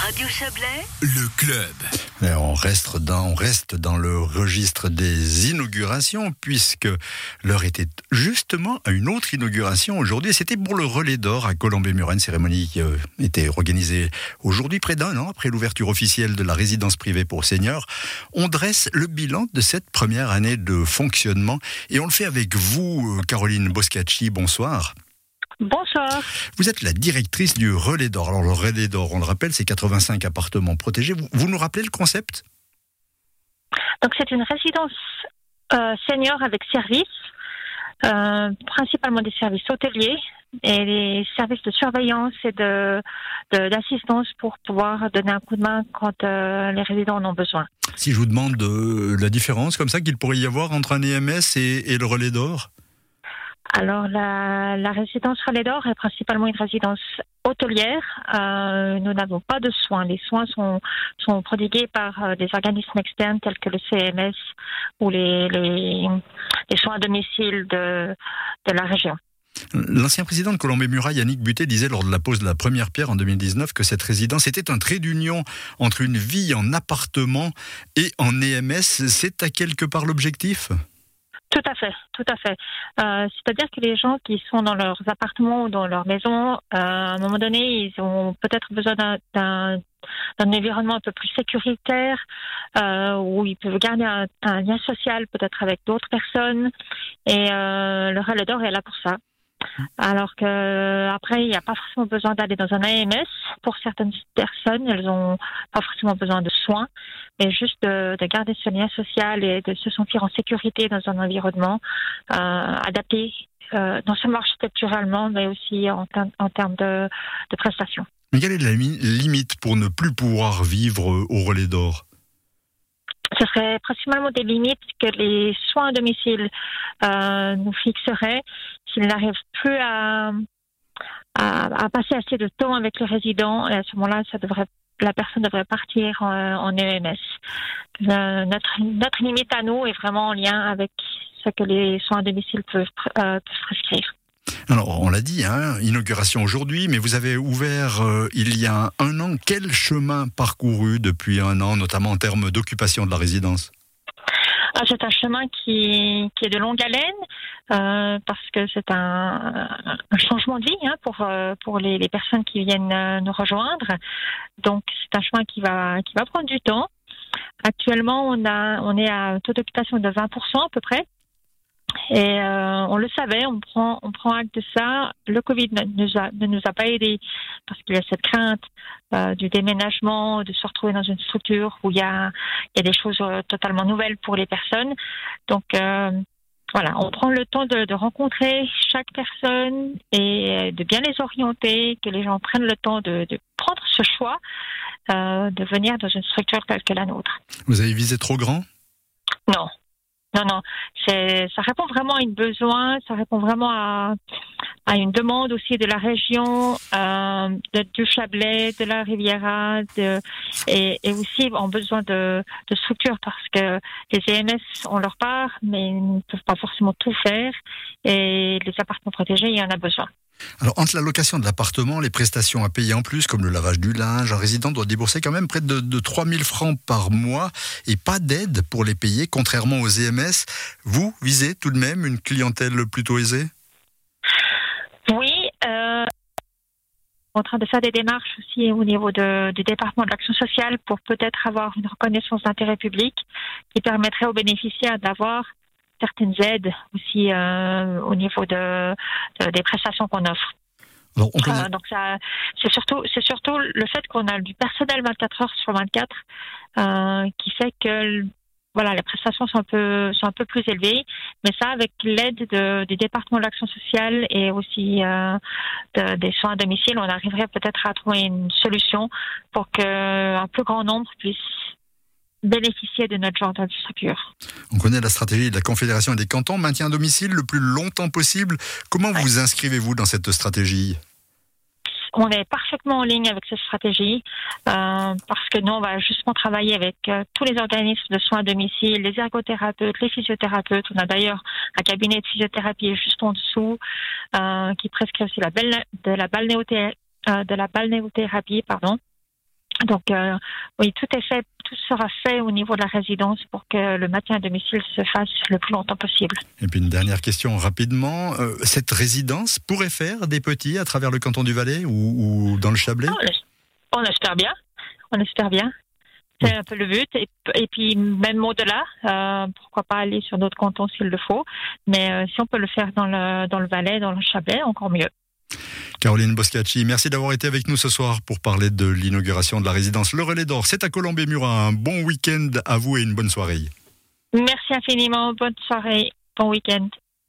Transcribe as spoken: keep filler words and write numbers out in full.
Radio Chablais, le club. Et on reste dans, on reste dans le registre des inaugurations puisque l'heure était justement à une autre inauguration aujourd'hui. C'était pour le Relais d'Or à Colombey-Murat, une cérémonie qui euh, était organisée aujourd'hui près d'un an après l'ouverture officielle de la résidence privée pour seniors. On dresse le bilan de cette première année de fonctionnement et on le fait avec vous, Caroline Boscacci. Bonsoir. Bonsoir. Vous êtes la directrice du Relais d'Or. Alors le Relais d'Or, on le rappelle, c'est quatre-vingt-cinq appartements protégés. Vous, vous nous rappelez le concept ? Donc c'est une résidence euh, senior avec services, euh, principalement des services hôteliers et des services de surveillance et de, de d'assistance pour pouvoir donner un coup de main quand euh, les résidents en ont besoin. Si je vous demande euh, la différence comme ça qu'il pourrait y avoir entre un E M S et, et le Relais d'Or ? Alors, la, la résidence Relais d'Or est principalement une résidence hôtelière. Euh, nous n'avons pas de soins. Les soins sont, sont prodigués par euh, des organismes externes tels que le C M S ou les, les, les soins à domicile de, de la région. L'ancien président de Colombey-Murat, Yannick Butet, disait lors de la pose de la première pierre en deux mille dix-neuf que cette résidence était un trait d'union entre une vie en appartement et en E M S. C'est à quelque part l'objectif ? Tout à fait, tout à fait. Euh, c'est-à-dire que les gens qui sont dans leurs appartements ou dans leur maison, euh, à un moment donné, ils ont peut-être besoin d'un, d'un, d'un environnement un peu plus sécuritaire, euh, où ils peuvent garder un, un lien social peut-être avec d'autres personnes. Et euh, le Relais d'Or est là pour ça. Alors que après, il n'y a pas forcément besoin d'aller dans un A M S. Pour certaines personnes, elles n'ont pas forcément besoin de soins, mais juste de, de garder ce lien social et de se sentir en sécurité dans un environnement euh, adapté, euh, non seulement architecturalement, mais aussi en, ter- en termes de, de prestations. Mais quelle est la limite pour ne plus pouvoir vivre au Relais d'Or ? Ce serait principalement des limites que les soins à domicile euh, nous fixeraient s'ils n'arrivent plus à, à, à passer assez de temps avec les résidents. Et à ce moment-là, ça devrait, la personne devrait partir en, en E M S. Le, notre, notre limite à nous est vraiment en lien avec ce que les soins à domicile peuvent, euh, peuvent prescrire. Alors, on l'a dit, hein, inauguration aujourd'hui, mais vous avez ouvert euh, il y a un an. Quel chemin parcouru depuis un an, notamment en termes d'occupation de la résidence ? Ah, c'est un chemin qui, qui est de longue haleine, euh, parce que c'est un, un changement de vie hein, pour, euh, pour les, les personnes qui viennent euh, nous rejoindre. Donc, c'est un chemin qui va, qui va prendre du temps. Actuellement, on, a, on est à un taux d'occupation de vingt pour cent à peu près. Et euh, on le savait, on prend, on prend acte de ça. Le Covid ne nous a, ne nous a pas aidés parce qu'il y a cette crainte euh, du déménagement, de se retrouver dans une structure où il y a, il y a des choses euh, totalement nouvelles pour les personnes. Donc euh, voilà, on prend le temps de, de rencontrer chaque personne et de bien les orienter, que les gens prennent le temps de, de prendre ce choix euh, de venir dans une structure telle que la nôtre. Vous avez visé trop grand ? Non. Non, non, c'est, ça répond vraiment à un besoin, ça répond vraiment à, à une demande aussi de la région, euh, de, du Chablais, de la Riviera, de, et, et aussi en besoin de, de structures parce que les E M S ont leur part, mais ils ne peuvent pas forcément tout faire et les appartements protégés, il y en a besoin. Alors, entre la location de l'appartement, les prestations à payer en plus, comme le lavage du linge, un résident doit débourser quand même près de, de trois mille francs par mois et pas d'aide pour les payer, contrairement aux E M S. Vous visez tout de même une clientèle plutôt aisée ? Oui, euh, on est en train de faire des démarches aussi au niveau de, du département de l'action sociale pour peut-être avoir une reconnaissance d'intérêt public qui permettrait aux bénéficiaires d'avoir certaines aides aussi euh, au niveau de, de, des prestations qu'on offre. Alors, on connaît... euh, donc ça, c'est surtout, c'est surtout le fait qu'on a du personnel vingt-quatre heures sur vingt-quatre euh, qui fait que voilà, les prestations sont un peu, sont un peu plus élevées, mais ça avec l'aide de, du département de l'action sociale et aussi euh, de, des soins à domicile, on arriverait peut-être à trouver une solution pour qu'un plus grand nombre puisse bénéficier de notre genre de structure. On connaît la stratégie de la Confédération et des cantons, maintien à domicile le plus longtemps possible. Comment ouais. vous inscrivez-vous dans cette stratégie ? On est parfaitement en ligne avec cette stratégie euh, parce que nous, on va justement travailler avec euh, tous les organismes de soins à domicile, les ergothérapeutes, les physiothérapeutes. On a d'ailleurs un cabinet de physiothérapie juste en dessous euh, qui prescrit aussi la, belle, de la balnéothérapie, euh, de la balnéothérapie, pardon. Donc, euh, oui, tout est fait, tout sera fait au niveau de la résidence pour que le maintien à domicile se fasse le plus longtemps possible. Et puis une dernière question rapidement. Euh, cette résidence pourrait faire des petits à travers le canton du Valais ou, ou dans le Chablais? On, on espère bien. On espère bien. C'est un peu le but. Et, et puis, même au-delà, euh, pourquoi pas aller sur d'autres cantons s'il le faut. Mais euh, si on peut le faire dans le, dans le Valais, dans le Chablais, encore mieux. Caroline Boscacci, merci d'avoir été avec nous ce soir pour parler de l'inauguration de la résidence Le Relais d'Or. C'est à Colombey-Murat. Un bon week-end à vous et une bonne soirée. Merci infiniment. Bonne soirée. Bon week-end.